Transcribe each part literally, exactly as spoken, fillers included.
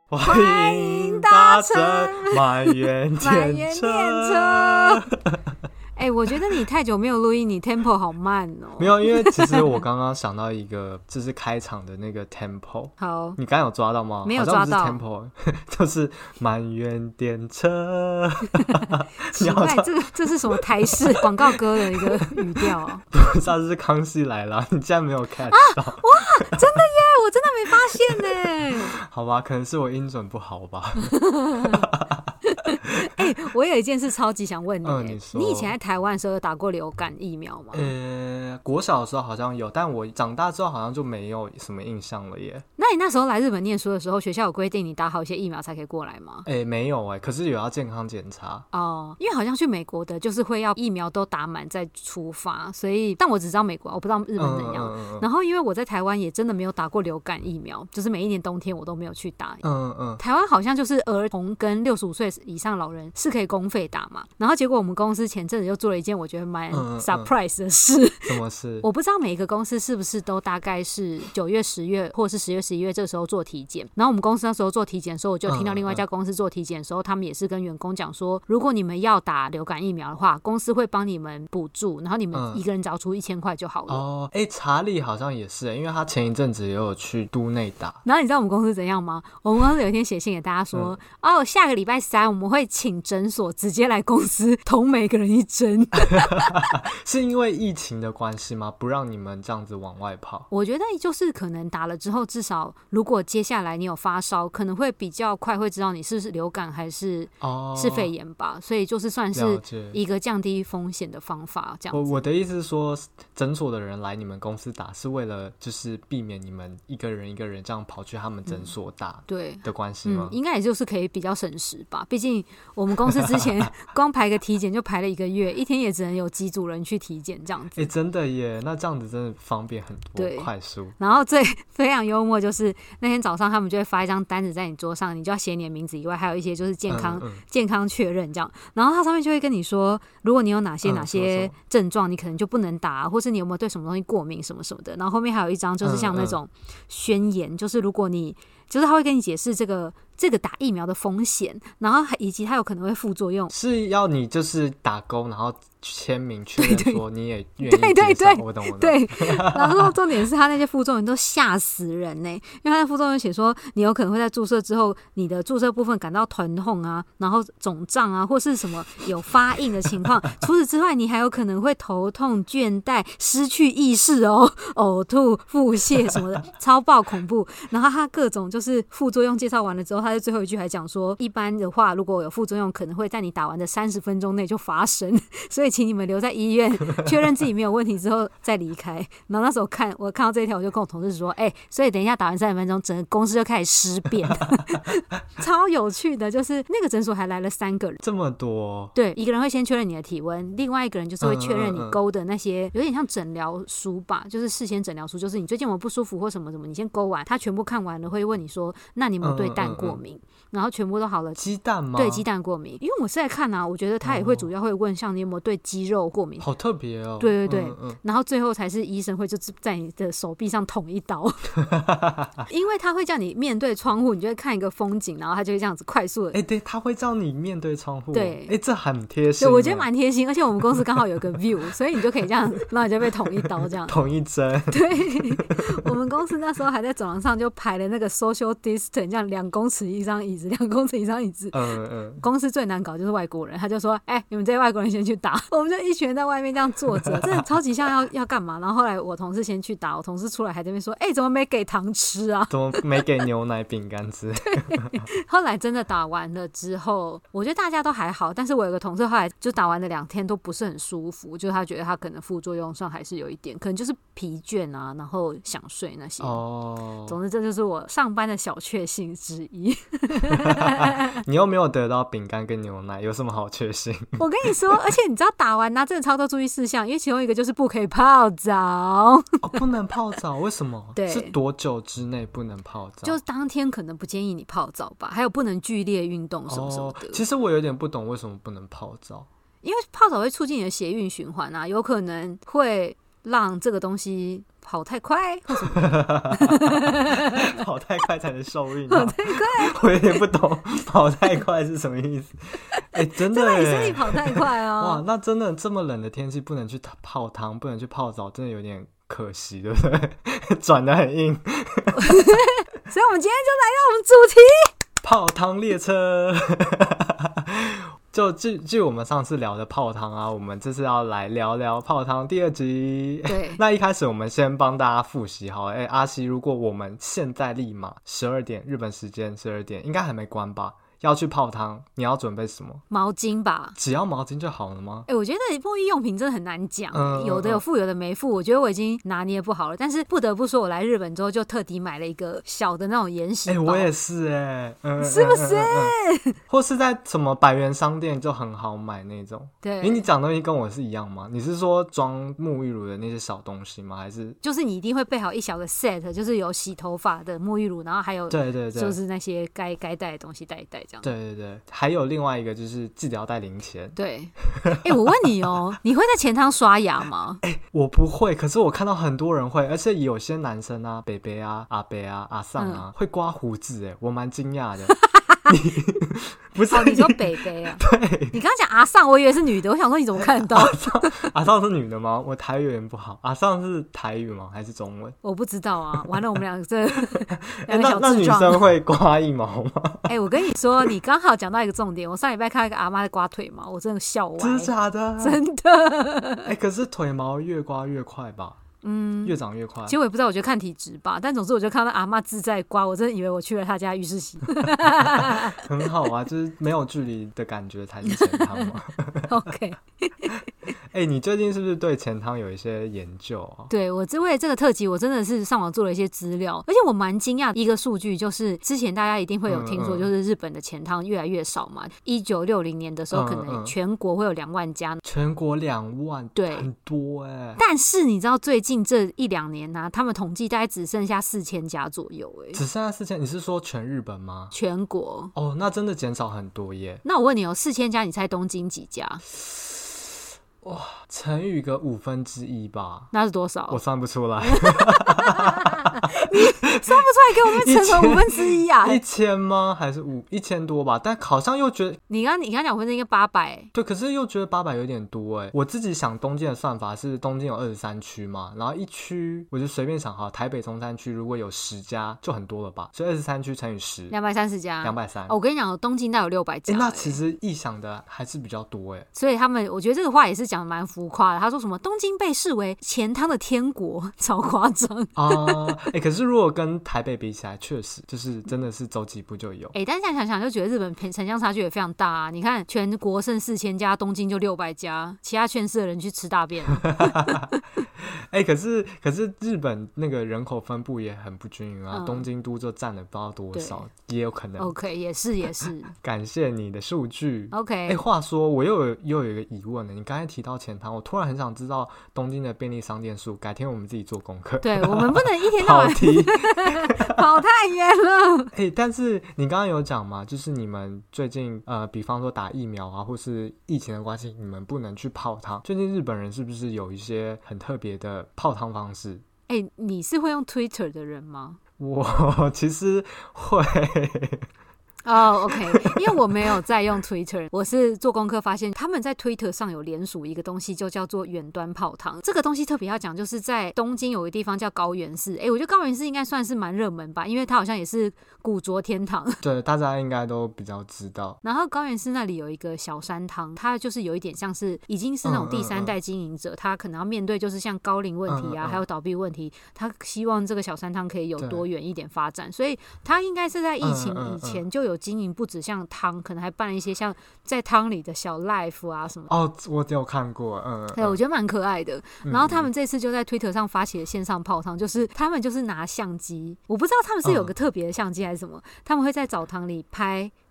欢迎搭乘满园电车。 哎、欸，我觉得你太久没有录音，你 tempo 好慢哦。 没有，因为其实我刚刚想到一个，就是开场的那个 tempo。 好， 你刚刚有抓到吗？ 没有抓到。 好像不是 tempo， 就是满园电车。 奇怪，这个这是什么台式广告歌的一个语调啊？ 不是，这是康熙来了，你竟然没有 catch 到？ 啊、哇，真的耶！我真的没发现呢。 好吧，可能是我音准不好吧。 哎、欸，我有一件事超级想问你、欸嗯，你说， 你以前在台湾的时候有打过流感疫苗吗？ 呃，国小的时候好像有，但我长大之后好像就没有什么印象了耶。 那你那时候来日本念书的时候，学校有规定你打好一些疫苗才可以过来吗？ 哎、欸，没有哎，可是有要健康检查哦，因为好像去美国的就是会要疫苗都打满再出发，所以但我只知道美国，我不知道日本怎样。嗯嗯嗯，然后因为我在台湾也真的没有打过流感疫苗，就是每一年冬天我都没有去打。 嗯嗯， 台湾好像就是儿童跟六十五岁以上老人是可以公费打嘛，然后结果我们公司前阵子就做了一件我觉得蛮 surprise 的事。嗯嗯， 什么事？ 我不知道每一个公司是不是都大概是九月、十月或是十月、十一月这个时候做体检。然后我们公司那时候做体检的时候，我就听到另外一家公司做体检的时候，嗯嗯，他们也是跟员工讲说，如果你们要打流感疫苗的话，公司会帮你们补助，然后你们一个人只要出一千块就好了。 哦，哎，查理好像也是，因为他前一阵子也有去都内打。 然后你知道我们公司怎样吗？我们公司有一天写信给大家说，嗯、哦，下个礼拜三我们会请诊所直接来公司捅每个人一针。 是因为疫情的关系吗？不让你们这样子往外跑？ 我觉得就是可能打了之后，至少如果接下来你有发烧，可能会比较快会知道你是不是流感还是、哦、是肺炎吧，所以就是算是一个降低风险的方法。这样子。 我我的意思是说，诊所的人来你们公司打，是为了就是避免你们一个人一个人这样跑去他们诊所打、嗯、对的关系吗、 嗯？应该也就是可以比较省时吧。毕竟我们公司之前光排个体检就排了一个月，一天也只能有几组人去体检这样子。 哎、欸，真的耶，那这样子真的方便很多， 对， 快速。 然后最非常幽默就是那天早上他们就会发一张单子在你桌上，你就要写你的名字以外，还有一些就是健康、嗯嗯、健康确认这样。然后它上面就会跟你说，如果你有哪些哪些症状、嗯，你可能就不能打，或是你有没有对什么东西过敏什么什么的。然后后面还有一张就是像那种宣言，嗯嗯，就是如果你就是他会跟你解释这个这个打疫苗的风险，然后以及它有可能会副作用， 是要你就是打勾，然后签名确认说你也愿意接受。对对对，我懂我懂。 对，然后重点是他那些副作用都吓死人呢、欸，因为他的副作用写说你有可能会在注射之后，你的注射部分感到疼痛啊，然后肿胀啊，或是什么有发硬的情况。除此之外，你还有可能会头痛、倦怠、失去意识哦、呕吐、腹泻什么的，超爆恐怖。然后他各种就是副作用介绍完了之后，他在最后一句还讲说，一般的话如果有副作用，可能会在你打完的三十分钟内就发生，所以请你们留在医院确认自己没有问题之后再离开。然后那时候看我看到这一条，我就跟我同事说，哎、欸，所以等一下打完三十分钟，整个公司就开始尸变，超有趣的。就是那个诊所还来了三个人， 这么多。 对，一个人会先确认你的体温，另外一个人就是会确认你勾的那些、嗯嗯嗯、有点像诊疗书吧，就是事先诊疗书，就是你最近有没有不舒服或什么什么，你先勾完，他全部看完了会问你说，那你有没有对蛋过敏？嗯嗯嗯，然后全部都好了。 鸡蛋吗？ 对，鸡蛋过敏。因为我是在看啊，我觉得他也会主要会问像你有没有对鸡肉过敏。 好特别哦。 对对对、 嗯嗯， 然后最后才是医生会就在你的手臂上捅一刀。因为他会叫你面对窗户，你就会看一个风景，然后他就会这样子快速的。 哎、欸，对，他会叫你面对窗户。 对， 哎、欸，这很贴心。 对，我觉得蛮贴心，而且我们公司刚好有个 view， 所以你就可以这样，然后你就被捅一刀这样。 捅一针。 对，我们公司那时候还在走廊上就排了那个 social distance， 这样两公尺一张椅子，两公尺一张椅子。嗯嗯。公司最难搞就是外国人，他就说：“哎、欸，你们这些外国人先去打。”我们就一群人在外面这样坐着，真的超级像要要干嘛。然后后来我同事先去打，我同事出来还在那边说：“哎、欸，怎么没给糖吃啊？ 怎么没给牛奶、饼干吃？” 对。后来真的打完了之后，我觉得大家都还好，但是我有个同事后来就打完了两天都不是很舒服，就是他觉得他可能副作用上还是有一点，可能就是疲倦啊，然后想睡那些。哦。总之这就是我上班的小确幸之一。 你又没有得到饼干跟牛奶，有什么好确幸？ 我跟你说，而且你知道打完呢、啊，真的超多注意事项，因为其中一个就是不可以泡澡。 哦，不能泡澡？为什么？ 对， 是多久之内不能泡澡？ 就是当天可能不建议你泡澡吧，还有不能剧烈运动什么什么的、哦。 其实我有点不懂为什么不能泡澡， 因为泡澡会促进你的血液循环啊，有可能会让这个东西跑太快或什么跑太快才能受孕、啊、 跑太快我有点不懂跑太快是什么意思。哎、欸，真的耶， 就让你身体跑太快啊！ 哇，那真的这么冷的天气不能去泡汤，不能去泡澡，真的有点可惜，对不对？转得很硬。 所以我们今天就来到我们主题泡汤列车。就据据我们上次聊的泡汤啊，我们这次要来聊聊泡汤第二集。 对， 那一开始我们先帮大家复习好了。哎、欸，阿西，如果我们现在立马十二点日本时间十二点，应该还没关吧？要去泡汤，你要准备什么？ 毛巾吧。 只要毛巾就好了吗？ 哎、欸，我觉得沐浴用品真的很难讲、欸嗯， 有的有付，有的没付。我觉得我已经拿捏不好了，但是不得不说，我来日本之后就特地买了一个小的那种延洗包。 哎、欸，我也是哎、欸嗯， 是不是、嗯嗯嗯？或是在什么百元商店就很好买那种。 对， 哎、欸，你讲的东西跟我是一样吗？你是说装沐浴乳的那些小东西吗？还是就是你一定会备好一小的 set， 就是有洗头发的沐浴乳，然后还有对对对， 就是那些该该带的东西带一带这样。 对对对。还有另外一个就是记得要带零钱。 对，哎、欸，我问你哦，你会在钱汤刷牙吗？ 哎、欸，我不会，可是我看到很多人会，而且有些男生啊，北北啊、阿伯啊、阿桑啊、嗯，会刮胡子，哎，我蛮惊讶的。你不是、 哦、你说北北啊？ 对， 你刚刚讲阿桑，我以为是女的，我想说你怎么看得到？ 阿桑，阿桑是女的吗？我台语有点不好。阿桑是台语吗？还是中文？ 我不知道啊。完了，我们两个这两个小智障、欸、那, 那女生会刮腋毛吗？ 哎、欸，我跟你说，你刚好讲到一个重点。我上礼拜看到一个阿嬷在刮腿毛，我真的笑歪。 真的假的？ 真的。 哎、欸，可是腿毛越刮越快吧？嗯，越长越快。 其实我也不知道，我觉得看体质吧。但总之，我就看到阿嬷自在刮，我真的以为我去了她家浴室洗。 很好啊，就是没有距离的感觉才是钱汤嘛。 OK。 哎、欸，你最近是不是对钱汤有一些研究啊？ 对，我为了这个特辑，我真的是上网做了一些资料，而且我蛮惊讶的一个数据，就是之前大家一定会有听说，就是日本的钱汤越来越少嘛。一九六零年的时候，可能全国会有两万家，嗯嗯、 全国两万， 对， 很多哎、欸。 但是你知道最近这一两年呢、啊，他们统计大概只剩下四千家左右、欸，哎， 只剩下四千？你是说全日本吗？ 全国。 哦，那真的减少很多耶。 那我问你哦，四千家，你猜东京几家？ 哇，乘以个五分之一吧， 那是多少？ 我算不出来。 你算不出来给我们乘成五分之一啊？ 一千吗？还是五一千多吧？但好像又觉得你刚你刚讲五分之一应该八百， 对，可是又觉得八百有点多哎。我自己想东京的算法是东京有二十三区嘛，然后一区我就随便想哈，台北中山区如果有十家就很多了吧，所以二十三区乘以十， 两百三十家， 两百三。 我跟你讲，东京大有六百家、欸， 那其实臆想的还是比较多哎。 所以他们，我觉得这个话也是讲的蛮浮夸的。他说什么东京被视为钱汤的天国，超夸张啊！哎、欸，可是如果跟台北比起来，确实就是真的是走几步就有。 哎、欸，但现在想想就觉得日本城乡差距也非常大啊！你看全国剩四千家，东京就六百家，其他县市的人去吃大便。 哎、欸，可是可是日本那个人口分布也很不均匀啊，嗯、东京都就占了不知道多少，也有可能。 OK， 也是也是。 感谢你的数据。 OK， 哎、欸，话说我又有又有一个疑问了，你刚才提到钱汤，我突然很想知道东京的便利商店数，改天我们自己做功课。 对，我们不能一天到晚跑题， 跑太远了。 哎、欸，但是你刚刚有讲嘛，就是你们最近呃，比方说打疫苗啊，或是疫情的关系，你们不能去泡汤。最近日本人是不是有一些很特别的泡汤方式？ 哎、欸，你是会用 Twitter 的人吗？ 我其实会。 哦、oh, ，OK， 因为我没有在用 Twitter， 我是做功课发现他们在 Twitter 上有联署一个东西，就叫做远端泡汤。这个东西特别要讲，就是在东京有个地方叫高原寺，哎、欸，我觉得高原寺应该算是蛮热门吧，因为它好像也是古着天堂。 对，大家应该都比较知道。 然后高原寺那里有一个小山汤，它就是有一点像是已经是那种第三代经营者，他、嗯嗯嗯、可能要面对就是像高龄问题啊，嗯嗯、还有倒闭问题，他希望这个小山汤可以有多远一点发展，所以他应该是在疫情以前就有经营，不止像汤，可能还办了一些像在汤里的小 life 啊什么。 哦，我有看过，嗯， 对，我觉得蛮可爱的。然后他们这次就在 Twitter 上发起了线上泡汤，就是他们就是拿相机，我不知道他们是有个特别的相机还是什么，嗯、他们会在澡堂里拍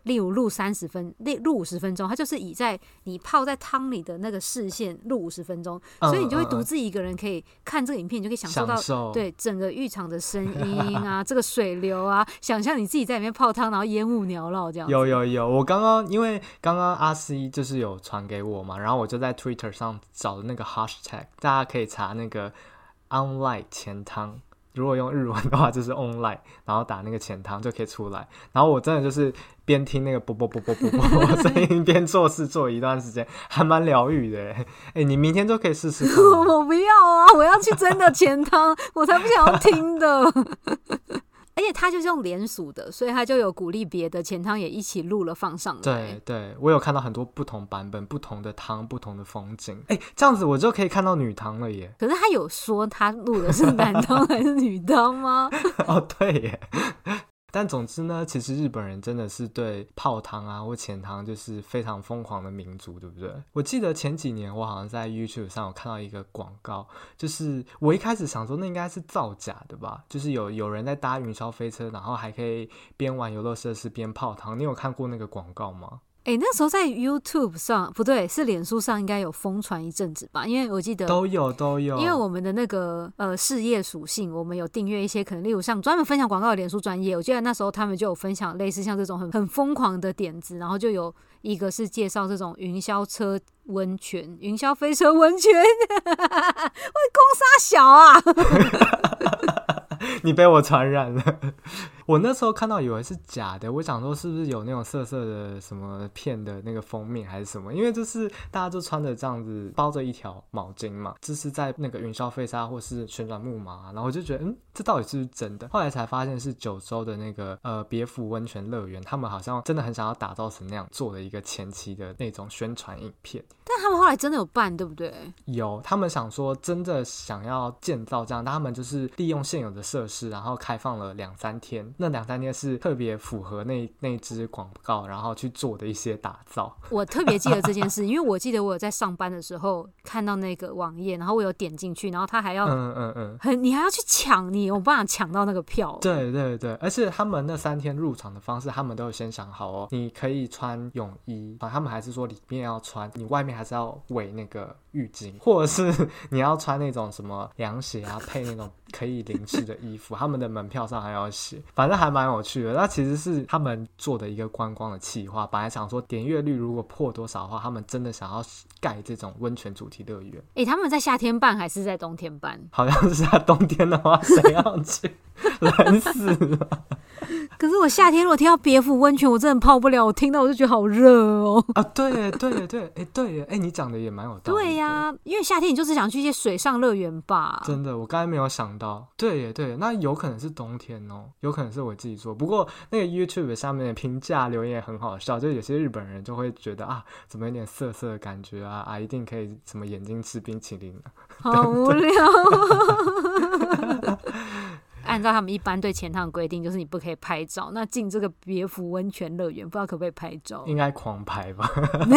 例如录三十分，录五十分钟，它就是以在你泡在汤里的那个视线录五十分钟， 嗯、 所以你就会独自一个人可以看这个影片，你就可以享受到享受对整个浴场的声音啊，这个水流啊，想象你自己在里面泡汤，然后烟雾缭绕这样子。 有有有，我刚刚因为刚刚阿 C 就是有传给我嘛，然后我就在 Twitter 上找的那个 hashtag， 大家可以查那个 online 钱汤。如果用日文的话就是 online， 然后打那个钱汤就可以出来。然后我真的就是边听那个啵啵啵啵啵啵声音边做事做一段时间，还蛮疗愈的。哎、欸，你明天就可以试试看。 我不要啊，我要去真的钱汤，我才不想要听的。而且他就是用连署的，所以他就有鼓励别的钱汤也一起录了放上来。 对对，我有看到很多不同版本、不同的汤、不同的风景。哎，这样子我就可以看到女汤了耶。 可是他有说他录的是男汤还是女汤吗？ 哦，对耶。但总之呢，其实日本人真的是对泡汤啊或钱汤就是非常疯狂的民族，对不对？我记得前几年我好像在 YouTube 上有看到一个广告，就是我一开始想说那应该是造假的吧，就是有有人在搭云霄飞车，然后还可以边玩游乐设施边泡汤。你有看过那个广告吗？ 哎、欸，那时候在 YouTube 上，不对，是脸书上应该有疯传一阵子吧？因为我记得都有都有， 因为我们的那个呃事业属性，我们有订阅一些可能，例如像专门分享广告的脸书专业，我记得那时候他们就有分享类似像这种很很疯狂的点子，然后就有一个是介绍这种云霄车温泉、云霄飞车温泉，会公杀小啊！ 你被我传染了。我那时候看到以为是假的，我想说是不是有那种色色的什么片的那个封面还是什么，因为就是大家就穿着这样子包着一条毛巾嘛，就是在那个云霄飞车或是旋转木马，然后我就觉得嗯，这到底是不是真的？后来才发现是九州的那个呃别府温泉乐园，他们好像真的很想要打造成那样做的一个前期的那种宣传影片。 但他们后来真的有办，对不对？ 有，他们想说真的想要建造这样，但他们就是利用现有的设施，然后开放了两三天，那两三天是特别符合那那支广告，然后去做的一些打造。 我特别记得这件事，因为我记得我有在上班的时候看到那个网页，然后我有点进去，然后他还要嗯嗯嗯， 很你还要去抢，你有办法抢到那个票。 对对对，而且他们那三天入场的方式，他们都有先想好哦，你可以穿泳衣，他们还是说里面要穿，你外面还是要围那个浴巾，或者是你要穿那种什么凉鞋啊，配那种可以淋湿的衣服，他们的门票上还要写，反正还蛮有趣的。那其实是他们做的一个观光的企划，本来想说点阅率如果破多少的话，他们真的想要盖这种温泉主题乐园。 哎、欸，他们在夏天办还是在冬天办？ 好像是在冬天的话，谁要去？冷死了。 可是我夏天如果听到别府温泉，我真的泡不了，我听到我就觉得好热哦。 啊，对耶，对耶，对耶，哎，对耶，哎，你讲的也蛮有道理。 对呀、啊，因为夏天你就是想去一些水上乐园吧。 真的，我刚才没有想到。对耶，对耶，那有可能是冬天哦，有可能是我自己说。不过那个 YouTube 上面的评价留言也很好笑，就有些日本人就会觉得啊，怎么有点涩涩的感觉啊啊，一定可以什么眼睛吃冰淇淋啊， 好无聊。按照他们一般对钱汤的规定，就是你不可以拍照。那进这个别府温泉乐园，不知道可不可以拍照？ 应该狂拍吧。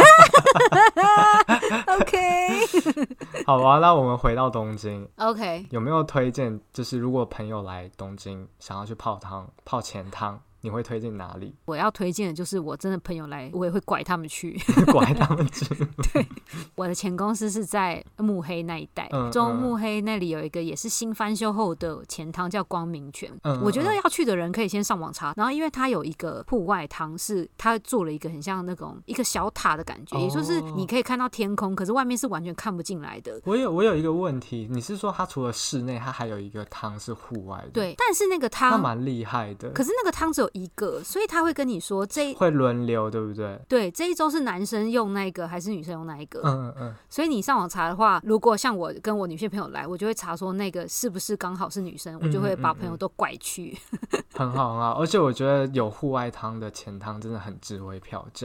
OK， 好吧，那我们回到东京。 OK， 有没有推荐？就是如果朋友来东京，想要去泡汤、泡钱汤，你会推荐哪里？ 我要推荐的就是我真的朋友来，我也会拐他们去， 拐他们去。 对，我的前公司是在目黑那一带， 嗯、 中目黑那里有一个也是新翻修后的钱汤，叫光明泉。 嗯、 我觉得要去的人可以先上网查，然后因为它有一个户外汤，是它做了一个很像那种一个小塔的感觉，哦、也就是你可以看到天空，可是外面是完全看不进来的。 我有我有一个问题，你是说它除了室内，它还有一个汤是户外的？ 对，但是那个汤那蛮厉害的。 可是那个汤只有一个，所以他会跟你说这会轮流，对不对？ 对，这一周是男生用那个还是女生用那一个？ 嗯嗯嗯。 所以你上网查的话，如果像我跟我女性朋友来，我就会查说那个是不是刚好是女生，我就会把朋友都拐去。 很好很好，而且我觉得有户外汤的钱汤真的很值回票价。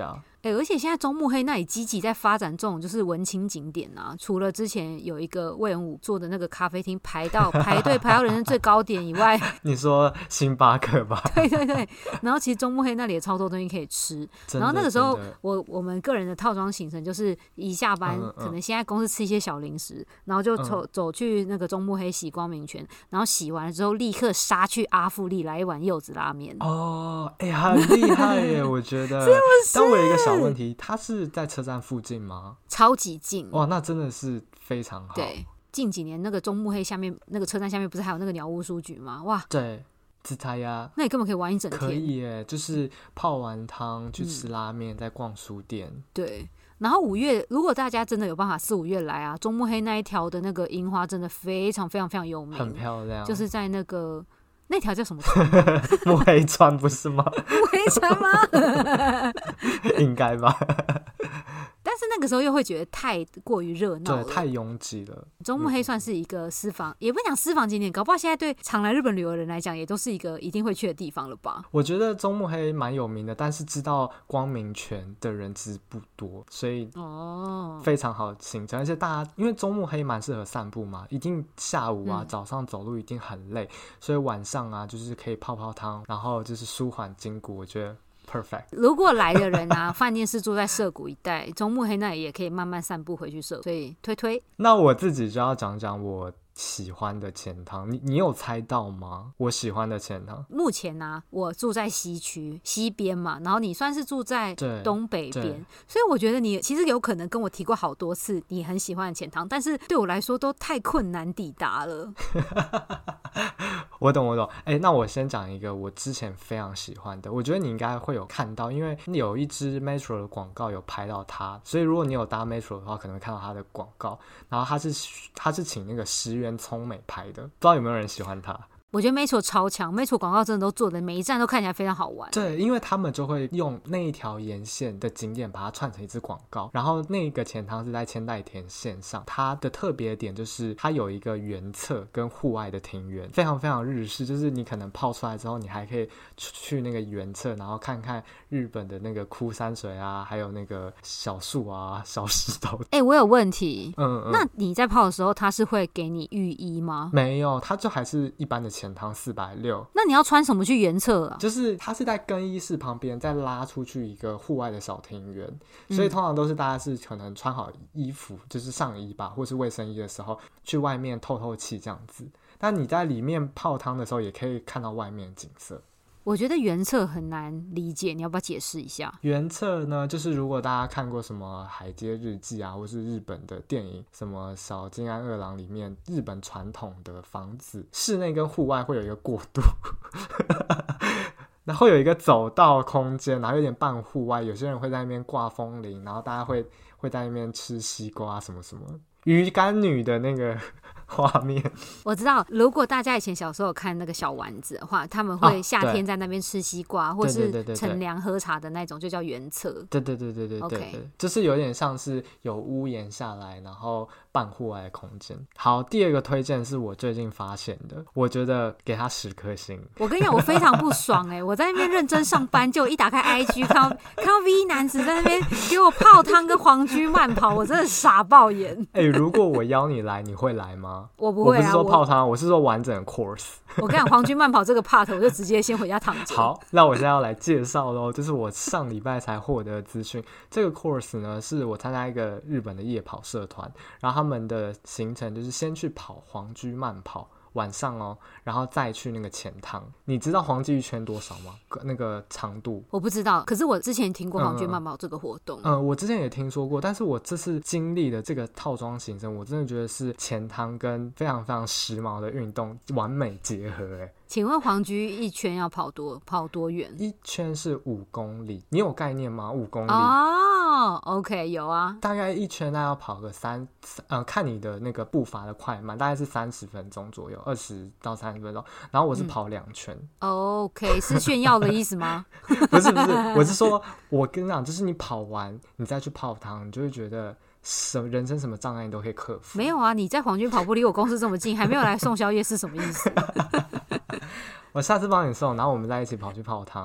哎、欸，而且现在中目黑那里积极在发展这种就是文青景点啊，除了之前有一个魏文武做的那个咖啡厅排到排队排到人生最高点以外， 你说星巴克吧？ 对对对，然后其实中目黑那里也超多东西可以吃，然后那个时候我我们个人的套装行程就是一下班、嗯嗯、可能先在公司吃一些小零食，然后就走、嗯、走去那个中目黑洗光明泉，然后洗完了之后立刻杀去阿富利来一碗柚子拉面。 哦，哎、欸，很厉害耶，我觉得。是不是？但我有一个小问题，它是在车站附近吗？ 超级近。 哇，那真的是非常好。 对，近几年那个中目黑下面那个车站下面不是还有那个鸟屋书局吗？哇， 对，自他呀， 那你根本可以玩一整天。 可以耶，就是泡完汤去吃拉面、嗯，再逛书店。 对。然后五月，如果大家真的有办法四五月来啊，中目黑那一条的那个樱花真的非常非常非常有名， 很漂亮， 就是在那个那条叫什么木黑川不是吗？ 木黑川吗？ 应该吧。 但是那个时候又会觉得太过于热闹了， 对，太拥挤了。 中目黑算是一个私房、嗯、也不讲私房景点，搞不好现在对常来日本旅游的人来讲也都是一个一定会去的地方了吧。 我觉得中目黑蛮有名的，但是知道光明泉的人其实不多，所以哦，非常好的行程。而且大家因为中目黑蛮适合散步嘛，一定下午啊、嗯、早上走路一定很累，所以晚上啊就是可以泡泡汤，然后就是舒缓筋骨，我觉得perfect。 如果来的人啊饭店是住在涩谷一带，中目黑那里也可以慢慢散步回去涩谷，所以推推。 那我自己就要讲讲我喜欢的钱汤，你你有猜到吗？我喜欢的钱汤目前啊我住在西区西边嘛，然后你算是住在东北边，所以我觉得你其实有可能跟我提过好多次你很喜欢的钱汤，但是对我来说都太困难抵达了。 我懂我懂，哎、欸，那我先讲一个我之前非常喜欢的，我觉得你应该会有看到，因为有一支 Metro 的广告有拍到它，所以如果你有搭 Metro 的话，可能会看到它的广告。然后它是它是请那个石原聪美拍的，不知道有没有人喜欢它？ 我觉得 Metro 超强， Metro 广告真的都做的每一站都看起来非常好玩。 对，因为他们就会用那一条沿线的景点把它串成一支广告，然后那个钱汤是在千代田线上，它的特别点就是它有一个原侧跟户外的庭园，非常非常日式，就是你可能泡出来之后你还可以去那个原侧，然后看看日本的那个枯山水啊，还有那个小树啊小石头。 哎、欸，我有问题， 嗯嗯， 那你在泡的时候它是会给你浴衣吗？ 没有，它就还是一般的钱汤四百六十。 那你要穿什么去原侧啊？ 就是它是在更衣室旁边再拉出去一个户外的小庭园，所以通常都是大家是可能穿好衣服，就是上衣吧或是卫生衣的时候去外面透透气这样子，但你在里面泡汤的时候也可以看到外面的景色。 我觉得原侧很难理解，你要不要解释一下？ 原侧呢，就是如果大家看过什么海街日记啊，或是日本的电影什么小津安二郎里面日本传统的房子，室内跟户外会有一个过渡然后有一个走道空间，然后有点半户外，有些人会在那边挂风铃，然后大家会会在那边吃西瓜什么什么鱼干女的那个画面。 我知道，如果大家以前小时候有看那个小丸子的话，他们会夏天在那边吃西瓜、哦、或是乘凉喝茶的那种，就叫原侧。 对对对对对对对， okay. 就是有点像是有屋檐下来，然后半户外的空间。好，第二个推荐是我最近发现的，我觉得给他十颗星。我跟你讲，我非常不爽哎、欸！我在那边认真上班，就一打开 I G 看到看到 V 男子在那边给我泡汤跟皇居慢跑，我真的傻爆眼。 哎、欸，如果我邀你来，你会来吗？ 我不会啊， 我不是说泡汤，我, 我是说完整的 course。 我跟你讲，皇居慢跑这个 part， 我就直接先回家躺着。 好，那我现在要来介绍咯，就是我上礼拜才获得的资讯。这个 course 呢，是我参加一个日本的夜跑社团，然后他们的行程就是先去跑皇居慢跑。晚上哦，然后再去那个钱汤。你知道黄金一圈多少吗？那个长度我不知道，可是我之前听过黄金慢跑这个活动。 嗯, 嗯，我之前也听说过，但是我这次经历的这个套装行程，我真的觉得是钱汤跟非常非常时髦的运动完美结合。哎， 请问黄居一圈要跑多跑多远？ 一圈是五公里，你有概念吗？五公里哦 ，OK， 有啊。大概一圈大概要跑个三，呃，看你的那个步伐的快慢，大概是三十分钟左右，二十到三十分钟。然后我是跑两圈、 嗯、，OK， 是炫耀的意思吗？ 不是不是，我是说，我跟你讲，就是你跑完，你再去泡汤，你就会觉得。什么人生什么障碍你都可以克服。 没有啊，你在黄军跑步离我公司这么近，还没有来送宵夜是什么意思？ 我下次帮你送，然后我们再一起跑去泡汤。 哎、欸，我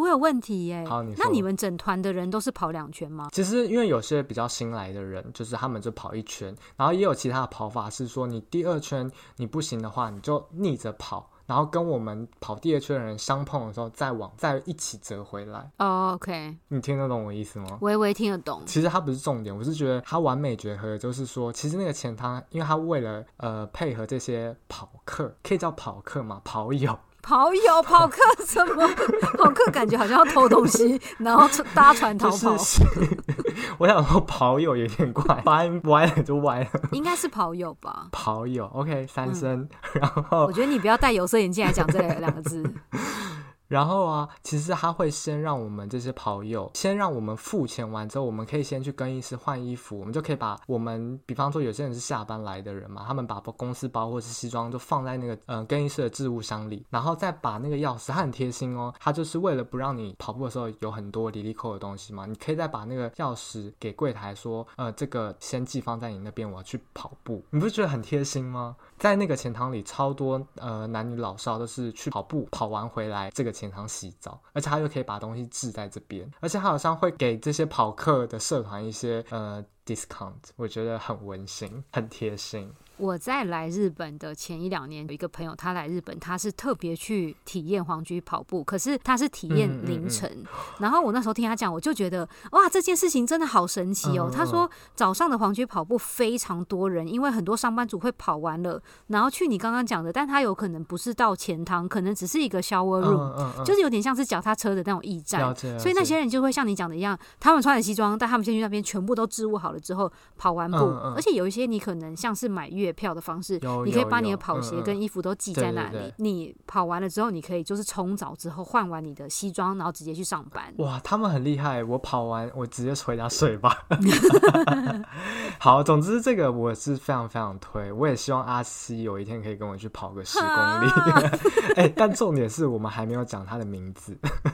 我有问题耶。 好，你说。 那你们整团的人都是跑两圈吗？ 其实因为有些比较新来的人，就是他们就跑一圈，然后也有其他的跑法是说，你第二圈你不行的话，你就逆着跑，然后跟我们跑第二圈的人相碰的时候再往再一起折回来。 哦、oh, OK， 你听得懂我意思吗？ 微微听得懂。 其实它不是重点，我是觉得它完美结合的就是说，其实那个钱汤，因为它为了呃配合这些跑客，可以叫跑客吗？跑友。 跑友跑客什么？跑客感觉好像要偷东西，然后搭船逃跑。 就是、我想说跑友有点怪，发音歪了就歪了。 应该是跑友吧？ 跑友 ，OK， 三声、嗯。然后我觉得你不要戴有色眼镜来讲这两个字。 然后啊，其实他会先让我们这些跑友，先让我们付钱完之后，我们可以先去更衣室换衣服，我们就可以把我们，比方说有些人是下班来的人嘛，他们把公司包或是西装就放在那个呃更衣室的置物箱里，然后再把那个钥匙，他很贴心哦，他就是为了不让你跑步的时候有很多离离扣的东西嘛，你可以再把那个钥匙给柜台说，呃，这个先寄放在你那边，我要去跑步，你不是觉得很贴心吗？在那个钱塘里，超多呃男女老少都是去跑步，跑完回来这个钱塘洗澡，而且他又可以把东西置在这边，而且他好像会给这些跑客的社团一些呃 discount， 我觉得很温馨，很贴心。 我在来日本的前一两年，有一个朋友他来日本，他是特别去体验皇居跑步，可是他是体验凌晨、嗯嗯嗯、然后我那时候听他讲，我就觉得哇，这件事情真的好神奇哦、嗯嗯、他说早上的皇居跑步非常多人，因为很多上班族会跑完了然后去你刚刚讲的，但他有可能不是到前堂，可能只是一个 shower room、嗯嗯嗯、就是有点像是脚踏车的那种驿站，所以那些人就会像你讲的一样，他们穿着西装，但他们先去那边全部都置物好了之后跑完步、嗯嗯、而且有一些你可能像是买月票的方式，你可以把你的跑鞋跟衣服都寄在那里、嗯嗯、对对对，你跑完了之后你可以就是冲澡之后换完你的西装，然后直接去上班。 哇，他们很厉害，我跑完我直接回家睡吧好，总之这个我是非常非常推，我也希望阿西有一天可以跟我去跑个十公里欸，但重点是我们还没有讲他的名字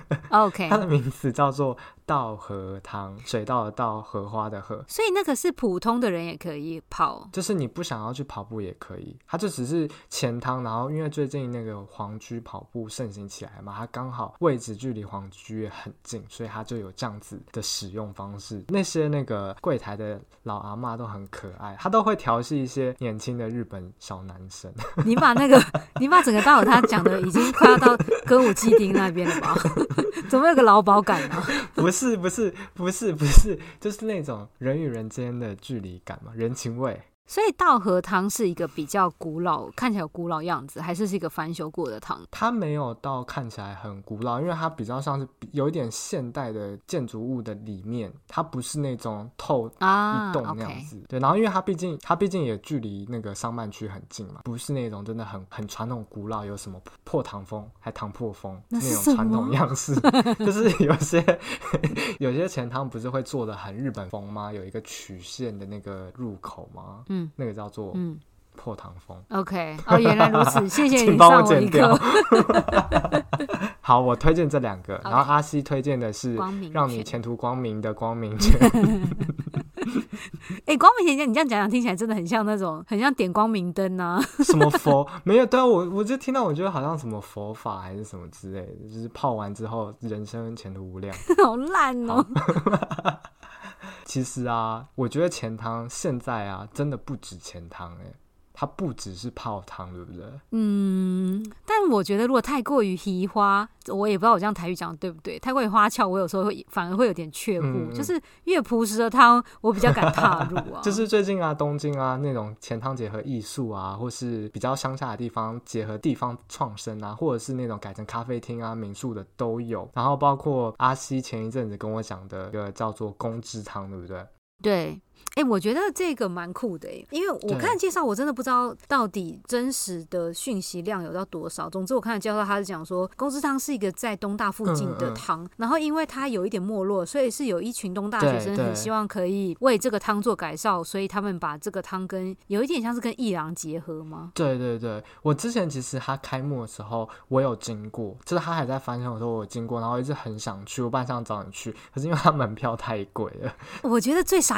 OK， 他的名字叫做稻荷汤，水稻的稻，荷花的荷， 所以那个是普通的人也可以跑， 就是你不想要去跑步也可以，它就只是钱汤，然后因为最近那个皇居跑步盛行起来嘛，它刚好位置距离皇居也很近，所以它就有这样子的使用方式。那些那个柜台的老阿嬷都很可爱，他都会调戏一些年轻的日本小男生你把那个你把整个稻荷他讲的已经快要到歌舞伎町那边了吧怎么有个劳保感啊不是不是不是不是，就是那种人与人之间的距离感嘛，人情味。 所以稻荷汤是一个比较古老，看起来有古老样子，还是是一个翻修过的汤？ 它没有到看起来很古老，因为它比较像是有一点现代的建筑物的里面，它不是那种透一栋那样子、啊 okay、对，然后因为它毕竟它毕竟也距离那个商办区很近嘛，不是那种真的很很传统古老，有什么破唐风还唐破风 那, 那种传统样式就是有些有些钱汤不是会做的很日本风吗？有一个曲线的那个入口吗？嗯，那个叫做嗯破唐风。 OK， 哦，原来如此，谢谢你上我一课。好，我推荐这两个， okay, 然后阿西推荐的是让你前途光明的光明圈。 哎、欸，光明前你这样讲讲，听起来真的很像那种，很像点光明灯啊。 什么佛？没有，对啊，我我就听到，我觉得好像什么佛法还是什么之类的，就是泡完之后人生前途无量。 好烂哦。 其实啊，我觉得钱汤现在啊，真的不止钱汤哎、欸，它不只是泡汤，对不对？ 嗯，但我觉得如果太过于稀花，我也不知道我这样台语讲的对不对，太过于花俏，我有时候会反而会有点却步、嗯嗯、就是越朴实的汤我比较敢踏入啊。 就是最近啊，东京啊那种钱汤结合艺术啊，或是比较乡下的地方结合地方创生啊，或者是那种改成咖啡厅啊民宿的都有，然后包括阿西前一阵子跟我讲的一个叫做宫之汤，对不对？ 对，哎、欸，我觉得这个蛮酷的，因为我看介绍，我真的不知道到底真实的讯息量有到多少。总之，我看介绍他是讲说，宫之汤是一个在东大附近的汤、嗯嗯，然后因为它有一点没落，所以是有一群东大学生很希望可以为这个汤做改造，所以他们把这个汤跟有一点像是跟艺廊结合吗？ 对对对，我之前其实他开幕的时候我有经过，就是他还在翻新的时候我有经过，然后一直很想去，我本来想找你去，可是因为他门票太贵了。 我觉得最傻眼是我前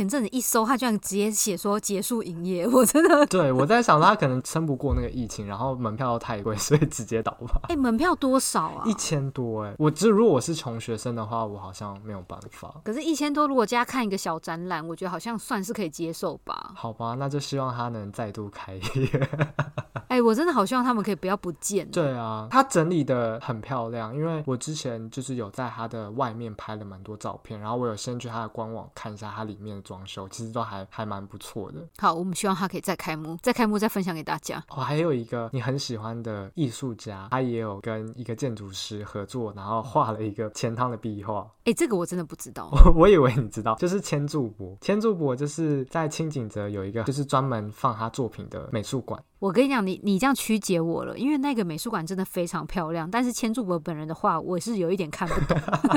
前阵子一搜，他居然直接写说结束营业，我真的对，我在想他可能撑不过那个疫情，然后门票又太贵，所以直接倒吧。 哎、欸，门票多少啊？ 一千多哎、欸！我只如果我是穷学生的话，我好像没有办法。 可是，一千多如果加看一个小展览，我觉得好像算是可以接受吧。 好吧，那就希望他能再度开业。 哎、欸，我真的好希望他们可以不要不见。 对啊，他整理的很漂亮，因为我之前就是有在他的外面拍了蛮多照片，然后我有先去他的官网看一下他里面的装修，其实都还还蛮不错的。 好，我们希望他可以再开幕，再开幕再分享给大家。 哦，还有一个你很喜欢的艺术家，他也有跟一个建筑师合作，然后画了一个钱汤的壁画。 哎、欸，这个我真的不知道。 我以为你知道，就是千柱伯。千柱伯就是在清景泽有一个就是专门放他作品的美术馆。 我跟你讲，你你这样曲解我了，因为那个美术馆真的非常漂亮，但是千柱伯本人的画，我是有一点看不懂。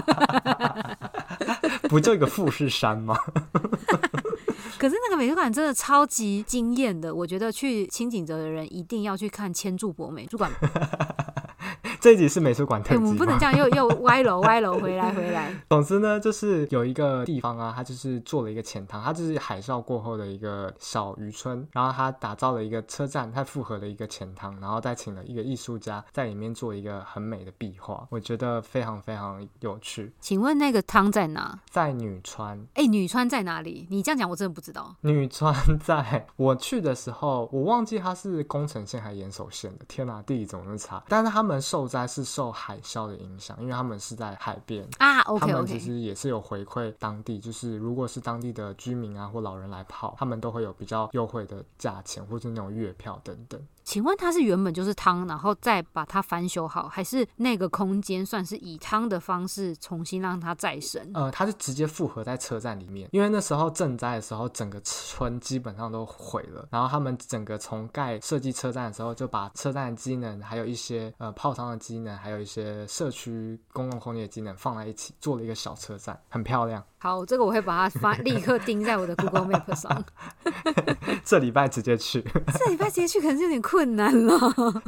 不就一个富士山吗？ 可是那个美术馆真的超级惊艳的，我觉得去清景泽的人一定要去看千柱伯美术馆。 这一集是美术馆特辑、欸、 我们不能这样又又歪楼歪楼回来回来。 总之呢，就是有一个地方啊，它就是做了一个钱塘，它就是海啸过后的一个小渔村，然后它打造了一个车站，它复合了一个钱塘，然后再请了一个艺术家在里面做一个很美的壁画，我觉得非常非常有趣。 请问那个汤在哪？ 在女川。 哎、欸，女川在哪里？你这样讲我真的不知道。 女川在我去的时候，我忘记它是宫城县还是岩手县的，天哪，地理怎么那么差？但是他们受灾是受海啸的影响，因为他们是在海边啊 ，OK OK， 他们其实也是有回馈当地，就是如果是当地的居民啊或老人来泡，他们都会有比较优惠的价钱，或是那种月票等等。 请问它是原本就是汤，然后再把它翻修好，还是那个空间算是以汤的方式重新让它再生？ 呃，它是直接复合在车站里面，因为那时候赈灾的时候，整个村基本上都毁了，然后他们整个从盖设计车站的时候，就把车站的机能，还有一些呃泡汤的机能，还有一些社区公共空间的机能放在一起，做了一个小车站，很漂亮。 好，这个我会把它发立刻钉在我的 Google Map 上。 这礼拜直接去。 这礼拜直接去可能是有点困难了。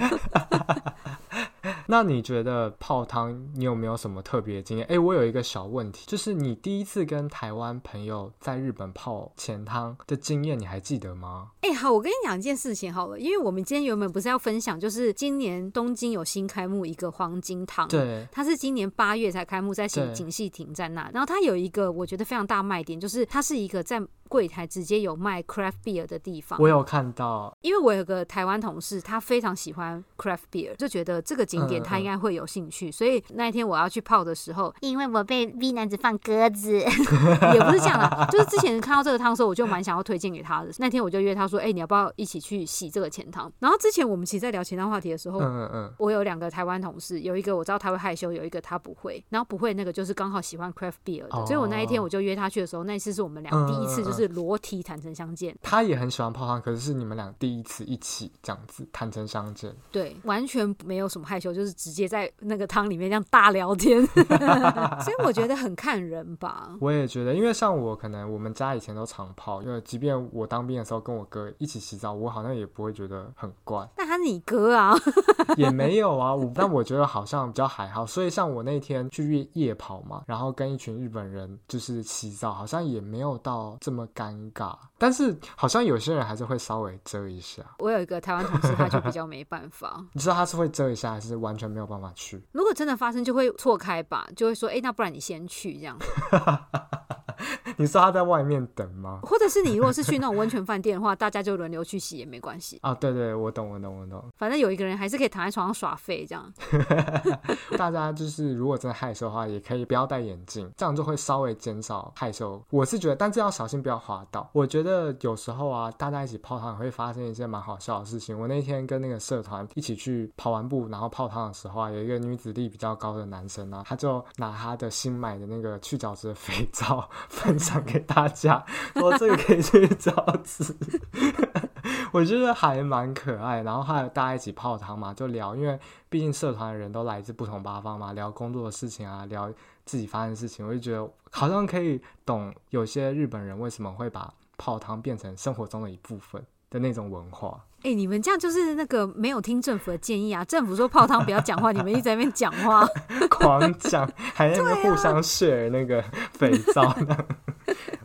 那你觉得泡汤你有没有什么特别的经验？哎，我有一个小问题，就是你第一次跟台湾朋友在日本泡钱汤的经验，你还记得吗？ 哎，好，我跟你讲一件事情好了，因为我们今天原本不是要分享，就是今年东京有新开幕一个黄金汤， 对， 它是今年八月才开幕，在景系町站那，然后它有一个我觉得非常大卖点，就是它是一个在柜台直接有卖 craft beer 的地方。 我有看到， 因为我有个台湾同事，他非常喜欢 craft beer， 就觉得这个景点他应该会有兴趣，嗯嗯，所以那一天我要去泡的时候，因为我被 V 男子放鸽子，也不是这样啦，就是之前看到这个汤的时候，我就蛮想要推荐给他的。那天我就约他说，哎、欸，你要不要一起去洗这个钱汤？然后之前我们其实在聊钱汤话题的时候，嗯嗯嗯，我有两个台湾同事，有一个我知道他会害羞，有一个他不会，然后不会那个就是刚好喜欢 craft beer 的，哦，所以我那一天我就约他去的时候，那一次是我们俩第一次就是裸体坦诚相见。 他也很喜欢泡汤，可是是你们俩第一次一起这样子坦诚相见。 对，完全没有什么害羞，就是直接在那个汤里面这样大聊天。所以我觉得很看人吧。 我也觉得，因为像我可能我们家以前都常泡，因为即便我当兵的时候跟我哥一起洗澡，我好像也不会觉得很怪。 那他是你哥啊？ 也没有啊，我但我觉得好像比较还好。所以像我那天去夜跑嘛，然后跟一群日本人就是洗澡，好像也没有到这么尴尬，但是好像有些人还是会稍微遮一下。 我有一个台湾同事，他就比较没办法。 你知道他是会遮一下，还是完全没有办法去？ 如果真的发生，就会错开吧，就会说，哎、欸，那不然你先去这样。 你说他在外面等吗？ 或者是你如果是去那种温泉饭店的话，大家就轮流去洗也没关系啊。对对，我懂我懂我懂。 反正有一个人还是可以躺在床上耍废这样。 大家就是如果真的害羞的话，也可以不要戴眼镜，这样就会稍微减少害羞。我是觉得，但是要小心不要滑倒。我觉得有时候啊，大家一起泡汤也会发生一件蛮好笑的事情。我那天跟那个社团一起去跑完步，然后泡汤的时候啊，有一个女子力比较高的男生啊，他就拿他的新买的那个去角质的肥皂分享给大家，说这个可以去角质。我觉得还蛮可爱，然后还有大家一起泡汤嘛，就聊，因为毕竟社团的人都来自不同八方嘛，聊工作的事情啊，聊自己发生的事情，我就觉得好像可以懂有些日本人为什么会把泡汤变成生活中的一部分的那种文化。 哎、欸，你们这样就是那个没有听政府的建议啊！政府说泡汤不要讲话，你们一直在那边讲话， 狂讲，还在那边互相 share 那个肥皂。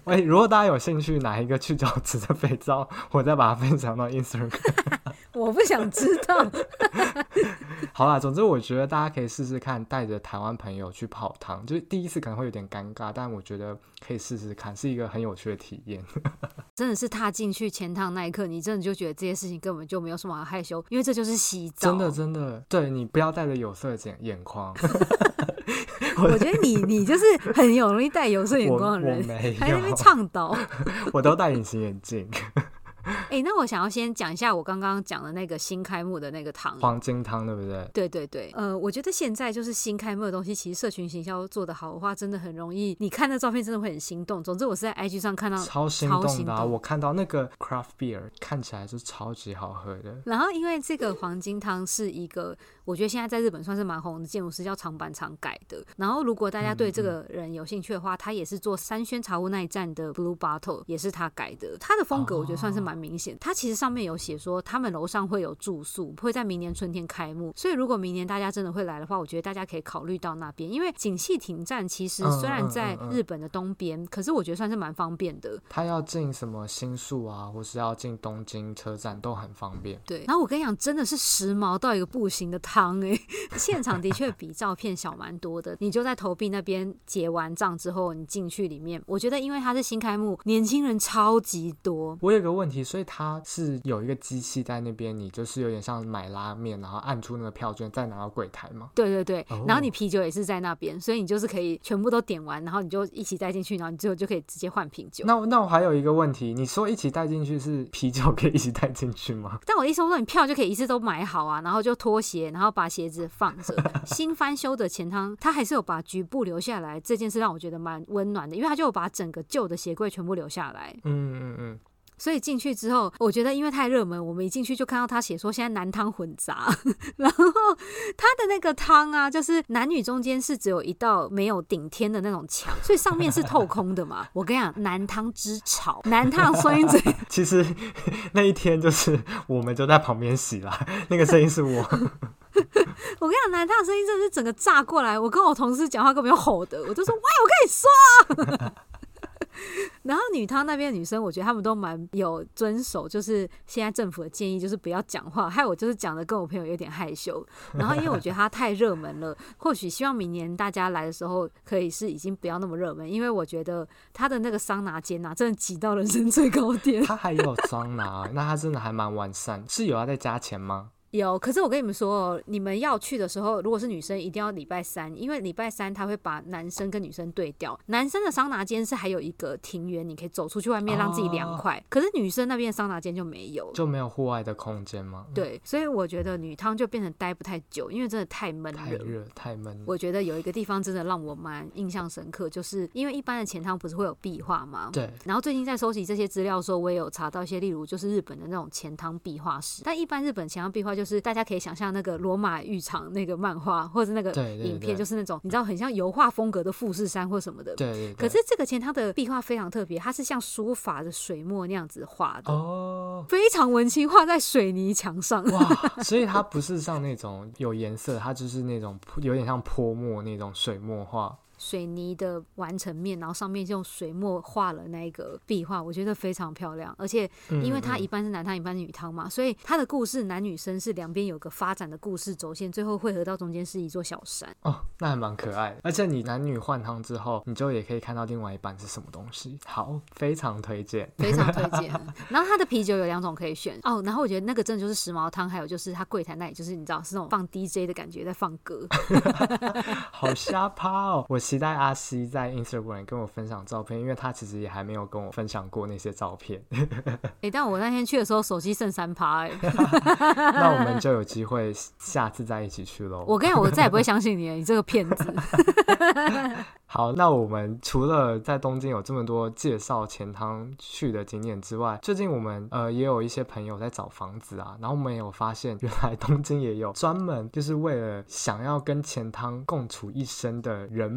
喂，如果大家有兴趣哪一个去角质的肥皂，我再把它分享到 Instagram。 我不想知道。 好啦，总之我觉得大家可以试试看，带着台湾朋友去泡汤，就是第一次可能会有点尴尬，但我觉得可以试试看，是一个很有趣的体验。 真的是踏进去钱汤那一刻，你真的就觉得这些事情根本就没有什么好害羞，因为这就是洗澡。 真的真的，对，你不要带着有色眼眼眶。 我觉得你你就是很有容易带有色眼光的人， 我我没有， 还在那边倡导。 我都戴隐形眼镜。 哎、欸，那我想要先讲一下我刚刚讲的那个新开幕的那个汤， 黄金汤，对不对？ 对对对，呃，我觉得现在就是新开幕的东西，其实社群行销做得好的话，真的很容易，你看那照片真的会很心动。总之，我是在 I G 上看到超心动的、啊， 超心动我看到那个 craft beer 看起来是超级好喝的。 然后，因为这个黄金汤是一个，我觉得现在在日本算是蛮红的建筑师叫长坂长改的。然后，如果大家对这个人有兴趣的话，嗯嗯他也是做三轩茶屋那一站的 Blue Bottle， 也是他改的。他的风格我觉得算是蛮明显，他、哦、其实上面有写说他们楼上会有住宿，会在明年春天开幕，所以如果明年大家真的会来的话，我觉得大家可以考虑到那边，因为景气町站其实虽然在日本的东边、嗯嗯嗯嗯，可是我觉得算是蛮方便的。 他要进什么新宿啊，或是要进东京车站都很方便。 对，然后我跟你讲，真的是时髦到一个不行的汤哎、欸，现场的确比照片小蛮多的。你就在投币那边结完账之后，你进去里面，我觉得因为它是新开幕，年轻人超级多。 我有个问题，所以它是有一个机器在那边，你就是有点像买拉面，然后按出那个票券，再拿到柜台吗？ 对对对、 哦， 然后你啤酒也是在那边，所以你就是可以全部都点完，然后你就一起带进去，然后你最后就可以直接换啤酒。 那那我还有一个问题，你说一起带进去是啤酒可以一起带进去吗？ 但我意思说，你票就可以一次都买好啊，然后就脱鞋，然后把鞋子放着。新翻修的钱汤，他还是有把局部留下来，这件事让我觉得蛮温暖的，因为他就有把整个旧的鞋柜全部留下来。 嗯嗯嗯。 所以进去之后，我觉得因为太热门，我们一进去就看到他写说现在男汤混杂，然后他的那个汤啊，就是男女中间是只有一道没有顶天的那种墙，所以上面是透空的嘛。我跟你讲，男汤之吵，男汤声音最其实那一天就是我们就在旁边洗啦，那个声音是我。 我跟你讲，男汤的声音真的是整个炸过来，我跟我同事讲话根本要吼的，我就说喂，我跟你说。然后女汤那边的女生，我觉得他们都蛮有遵守，就是现在政府的建议，就是不要讲话，害我就是讲的跟我朋友有点害羞。然后因为我觉得它太热门了，或许希望明年大家来的时候可以是已经不要那么热门，因为我觉得它的那个桑拿间啊，真的挤到人生最高点。 它还有桑拿，那它真的还蛮完善。是有要再加钱吗？ 有，可是我跟你们说，你们要去的时候，如果是女生，一定要礼拜三，因为礼拜三他会把男生跟女生对调。男生的桑拿间是还有一个庭园，你可以走出去外面让自己凉快、哦，可是女生那边的桑拿间就没有， 就没有户外的空间吗？ 对，所以我觉得女汤就变成待不太久，因为真的太闷了， 太热太闷了。 我觉得有一个地方真的让我蛮印象深刻，就是因为一般的钱汤不是会有壁画吗？ 对。 然后最近在收集这些资料的时候，我也有查到一些，例如就是日本的那种钱汤壁画师，但一般日本钱汤壁画就是大家可以想象。像那个罗马浴场那个漫画或者那个影片，就是那种你知道很像油画风格的富士山或什么的。 对对对。 可是这个钱它的壁画非常特别，它是像书法的水墨那样子画的，哦，非常文青，画在水泥墙上。 哇，所以它不是像那种有颜色，它就是那种有点像泼墨那种水墨画。 水泥的完成面，然后上面就用水墨画了那个壁画，我觉得非常漂亮。而且因为它一半是男汤一半是女汤嘛，所以它的故事男女生是两边有个发展的故事轴线，最后汇合到中间是一座小山。 哦，那还蛮可爱的。而且你男女换汤之后，你就也可以看到另外一半是什么东西。好，非常推荐， 非常推荐。然后它的啤酒有两种可以选哦。然后我觉得那个真的就是时髦汤，还有就是它柜台那里就是你知道是那种放 D J 的感觉，在放歌。 好瞎趴哦！我期待阿西在 Instagram 跟我分享照片，因为他其实也还没有跟我分享过那些照片。 欸、但我那天去的时候手机剩三趴哎， 那我们就有机会下次再一起去咯。 我跟你讲，我再也不会相信你了，你这个骗子。 好，那我们除了在东京有这么多介绍钱汤去的景点之外，最近我们呃也有一些朋友在找房子啊，然后我们也有发现，原来东京也有专门就是为了想要跟钱汤共处一生的人们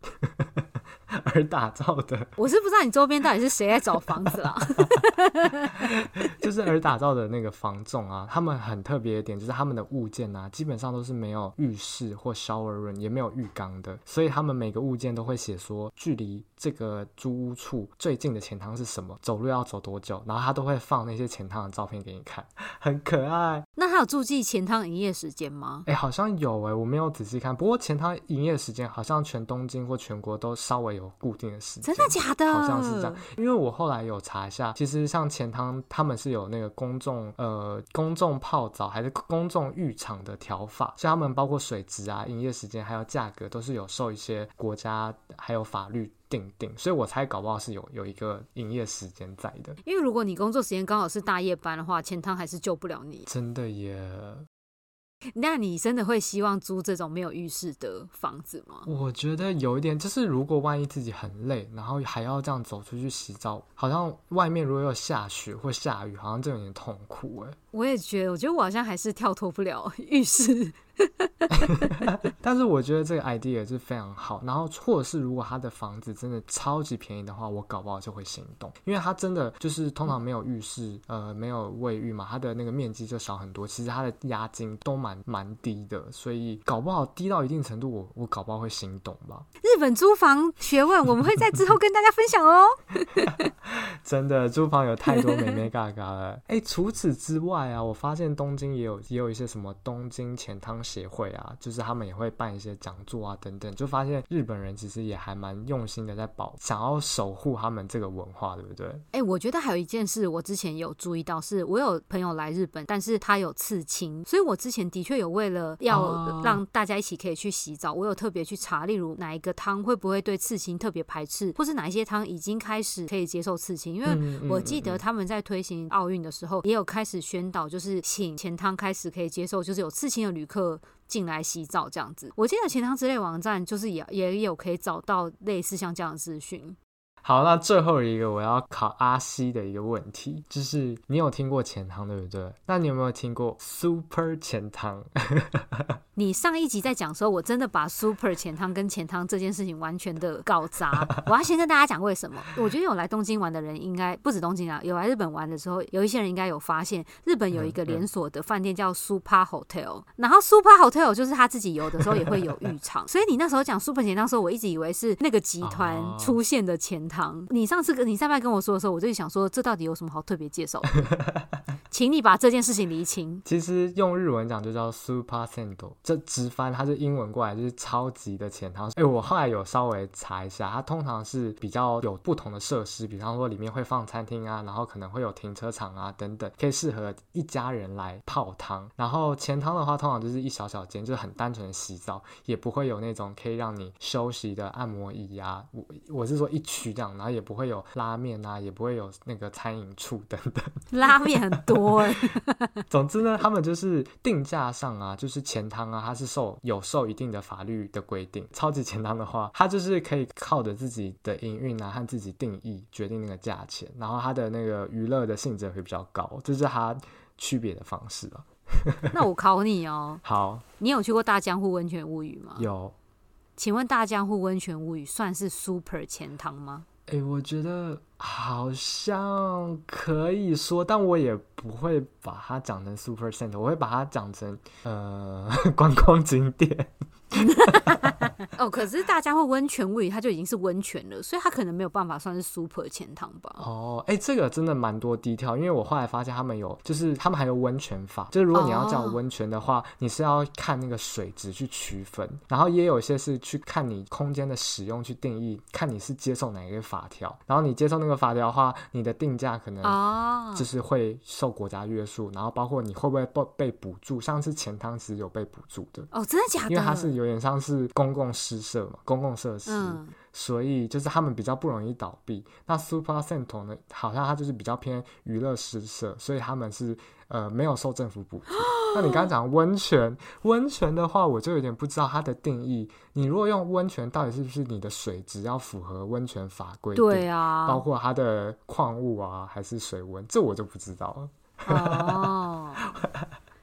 而打造的。 我是不知道你周边到底是谁在找房子啦。 就是而打造的那个房仲啊，他们很特别的点就是他们的物件啊，基本上都是没有浴室或 shower room， 也没有浴缸的，所以他们每个物件都会写说距离这个租屋处最近的钱汤是什么，走路要走多久，然后他都会放那些钱汤的照片给你看，很可爱。 那他有注记钱汤营业时间吗？ 哎、欸，好像有哎、欸，我没有仔细看，不过钱汤营业时间好像全东京或全国都稍微有固定的时间。 真的假的？ 好像是这样，因为我后来有查一下，其实像钱汤他们是有那个公众呃公众泡澡还是公众浴场的条法，所以他们包括水质啊、营业时间还有价格都是有受一些国家还有法律定定，所以我猜搞不好是有有一个营业时间在的。 因为如果你工作时间刚好是大夜班的话，钱汤还是救不了你。 真的耶。 那你真的会希望租这种没有浴室的房子吗？ 我觉得有一点，就是如果万一自己很累，然后还要这样走出去洗澡，好像外面如果有下雪或下雨，好像这有点痛苦耶。 我也觉得，我觉得我好像还是跳脱不了浴室。 但是我觉得这个 idea 是非常好，然后或者是如果他的房子真的超级便宜的话，我搞不好就会心动，因为他真的就是通常没有浴室，呃，没有卫浴嘛，他的那个面积就小很多，其实他的押金都蛮蛮低的，所以搞不好低到一定程度，我我搞不好会心动吧。 日本租房学问，我们会在之后跟大家分享哦。 真的，租房有太多美美嘎嘎了。哎，除此之外啊，我发现东京也有也有一些什么东京钱汤协会啊，就是他们也会办一些讲座啊等等，就发现日本人其实也还蛮用心的在保想要守护他们这个文化，对不对？ 哎、欸，我觉得还有一件事我之前有注意到，是我有朋友来日本，但是他有刺青，所以我之前的确有为了要让大家一起可以去洗澡，我有特别去查，例如哪一个汤会不会对刺青特别排斥，或是哪一些汤已经开始可以接受刺青，因为我记得他们在推行奥运的时候也有开始宣导，就是请钱汤开始可以接受就是有刺青的旅客进来洗澡这样子。我记得钱汤之类网站就是也也有可以找到类似像这样的资讯。 好，那最后一个我要考阿西的一个问题，就是你有听过钱汤对不对？那你有没有听过 Super 钱汤？ 你上一集在讲的时候，我真的把 Super 钱汤跟钱汤这件事情完全的搞砸。我要先跟大家讲为什么。我觉得有来东京玩的人应该不止东京啊，有来日本玩的时候，有一些人应该有发现，日本有一个连锁的饭店叫 Super Hotel， 然后 Super Hotel 就是他自己有的时候也会有浴场，所以你那时候讲 Super 钱汤的时候，我一直以为是那个集团出现的钱汤。你上次跟你上班跟我说的时候，我就想说这到底有什么好特别介绍的？请你把这件事情厘清。 其实用日文讲就叫 Super Sendo， 这直翻它是英文过来就是超级的钱汤。哎，我后来有稍微查一下，它通常是比较有不同的设施，比方说里面会放餐厅啊，然后可能会有停车场啊等等，可以适合一家人来泡汤。然后钱汤的话，通常就是一小小间，就是很单纯的洗澡，也不会有那种可以让你休息的按摩椅啊。我我是说一区这样，然后也不会有拉面啊，也不会有那个餐饮处等等。 拉面很多。 总之呢，他们就是定价上啊，就是钱汤啊，它是受有受一定的法律的规定。超级钱汤的话，它就是可以靠着自己的营运啊和自己定义决定那个价钱，然后它的那个娱乐的性质会比较高，这是它区别的方式啊。 那我考你哦， 好， 你有去过大江户温泉物语吗？ 有。 请问大江户温泉物语算是 super 钱汤吗？ 欸，我觉得好像可以说，但我也不会把它讲成 super center， 我会把它讲成呃观光景点。 哦，可是大江户温泉物语它就已经是温泉了，所以它可能没有办法算是 super 钱汤吧。 哦，哎、欸，这个真的蛮多低调，因为我后来发现他们有，就是他们还有温泉法，就是如果你要叫温泉的话，哦、你是要看那个水质去区分，然后也有一些是去看你空间的使用去定义，看你是接受哪一个法条，然后你接受那个法条的话，你的定价可能就是会受国家约束，然后包括你会不会被补助，像是钱汤其实有被补助的。 哦，真的假的？ 因为它是有点像是公共施设嘛，公共设施、嗯、所以就是他们比较不容易倒闭。那 Super Center 呢，好像它就是比较偏娱乐施设，所以他们是呃没有受政府补助。那你刚刚讲温泉，温泉的话我就有点不知道它的定义，你如果用温泉到底是不是你的水质要符合温泉法规定， 对啊， 包括它的矿物啊还是水温，这我就不知道了。 哦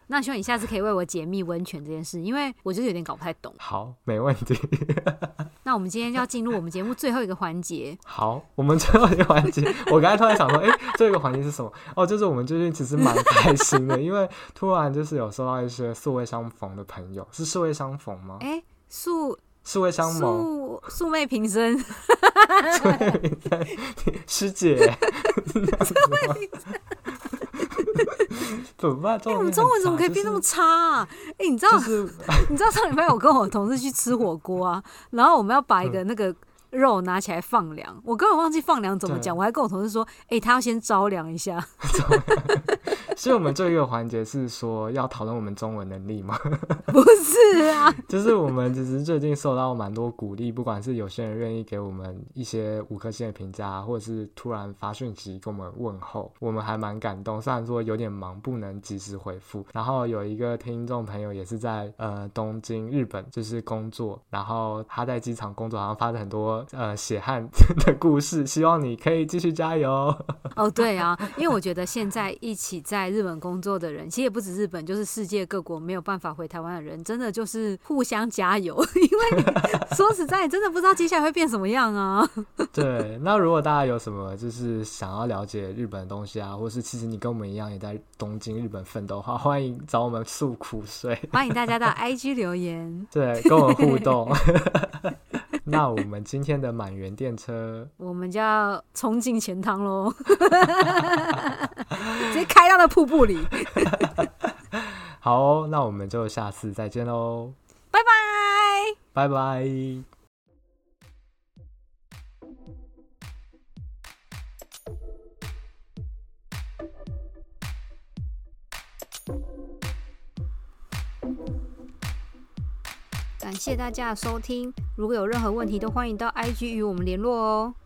那希望你下次可以为我解密温泉这件事，因为我就是有点搞不太懂。 好，没问题。 那我们今天就要进入我们节目最后一个环节。 好，我们最后一个环节，我刚才突然想说，哎、欸，这个环节是什么？哦，就是我们最近其实蛮开心的，因为突然就是有收到一些素未相逢的朋友，是素未相逢吗？ 哎、欸，素素未相逢， 素素昧平生， 素昧平生，师姐，素昧平生。怎么办？哎、欸， 我们中文怎么可以变那么差啊？哎、就是欸，你知道，就是、你知道上礼拜我跟我同事去吃火锅啊，然后我们要把一个那个肉拿起来放凉，我根本忘记放凉怎么讲，我还跟我同事说，哎、欸，他要先着凉一下。 所以我们这一个环节是说要讨论我们中文能力吗？ 不是啊， 就是我们其实最近受到蛮多鼓励，不管是有些人愿意给我们一些五颗星的评价，或者是突然发讯息跟我们问候，我们还蛮感动。虽然说有点忙不能及时回复，然后有一个听众朋友也是在呃东京日本就是工作，然后他在机场工作好像发生很多呃血汗的故事，希望你可以继续加油。 哦对啊，因为我觉得现在一起在日本工作的人，其实也不止日本，就是世界各国没有办法回台湾的人，真的就是互相加油。因为说实在真的不知道接下来会变什么样啊。 对，那如果大家有什么就是想要了解日本的东西啊，或是其实你跟我们一样也在东京日本奋斗的话，欢迎找我们诉苦水， 欢迎大家到 I G 留言， 对，跟我们互动。那我们今天的满员电车， 我们就要冲进钱塘咯。直接开到那瀑布里。 好哦，那我们就下次再见咯， 拜拜拜拜。 感谢大家的收听，如果有任何问题都欢迎到 I G 与我们联络哦。